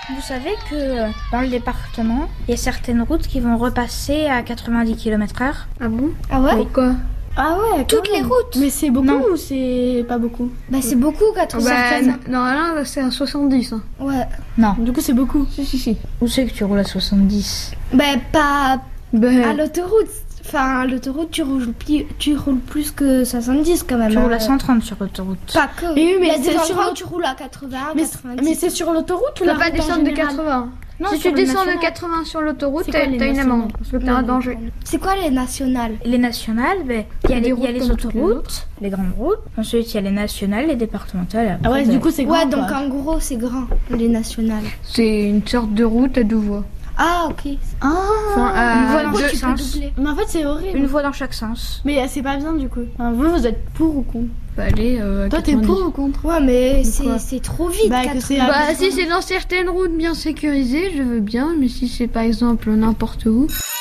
Vous savez que dans le département, il y a certaines routes qui vont repasser à 90 km/h. Ah bon? Ah ouais? Pourquoi? Ah ouais, toutes les routes. Mais c'est beaucoup Non. ou c'est pas beaucoup? Bah c'est beaucoup 80. Normalement c'est à 70. Hein. Ouais. Non. Du coup c'est beaucoup. Si. Où c'est que tu roules à 70? Bah pas Ben, à l'autoroute. Enfin, à l'autoroute, tu roules plus que 70 quand même. Tu roules à 130 sur l'autoroute. Pas que. Oui, mais il y a des c'est endroits sur- où tu roules à 80, mais 90. c'est sur l'autoroute ou Tu la peux pas route en descendre de général? 80. Non, Si sur tu le descends de national. 80 sur l'autoroute, C'est quoi, t'as les une nationales? amende. Parce que t'es un danger. C'est quoi les nationales? Les nationales, il y a des les routes comme toutes les autoroutes, les grandes routes. Ensuite, il y a les nationales, les départementales. et après, Ah ouais, du coup c'est grand. Ouais, donc quoi. en gros, c'est grand, les nationales. C'est une sorte de route à deux voies. Ah, ok. Enfin, une voie dans Du coup, chaque tu peux sens. doubler. Mais en fait c'est horrible. Une voie dans chaque sens. Mais c'est pas bien du coup. Enfin, vous êtes pour ou contre? Bah, allez, à Toi t'es 90. pour ou contre? Ouais, mais quoi? c'est trop vite. Bah, que 80. c'est- Bah, si c'est dans certaines routes bien sécurisées, je veux bien, mais si c'est par exemple n'importe où.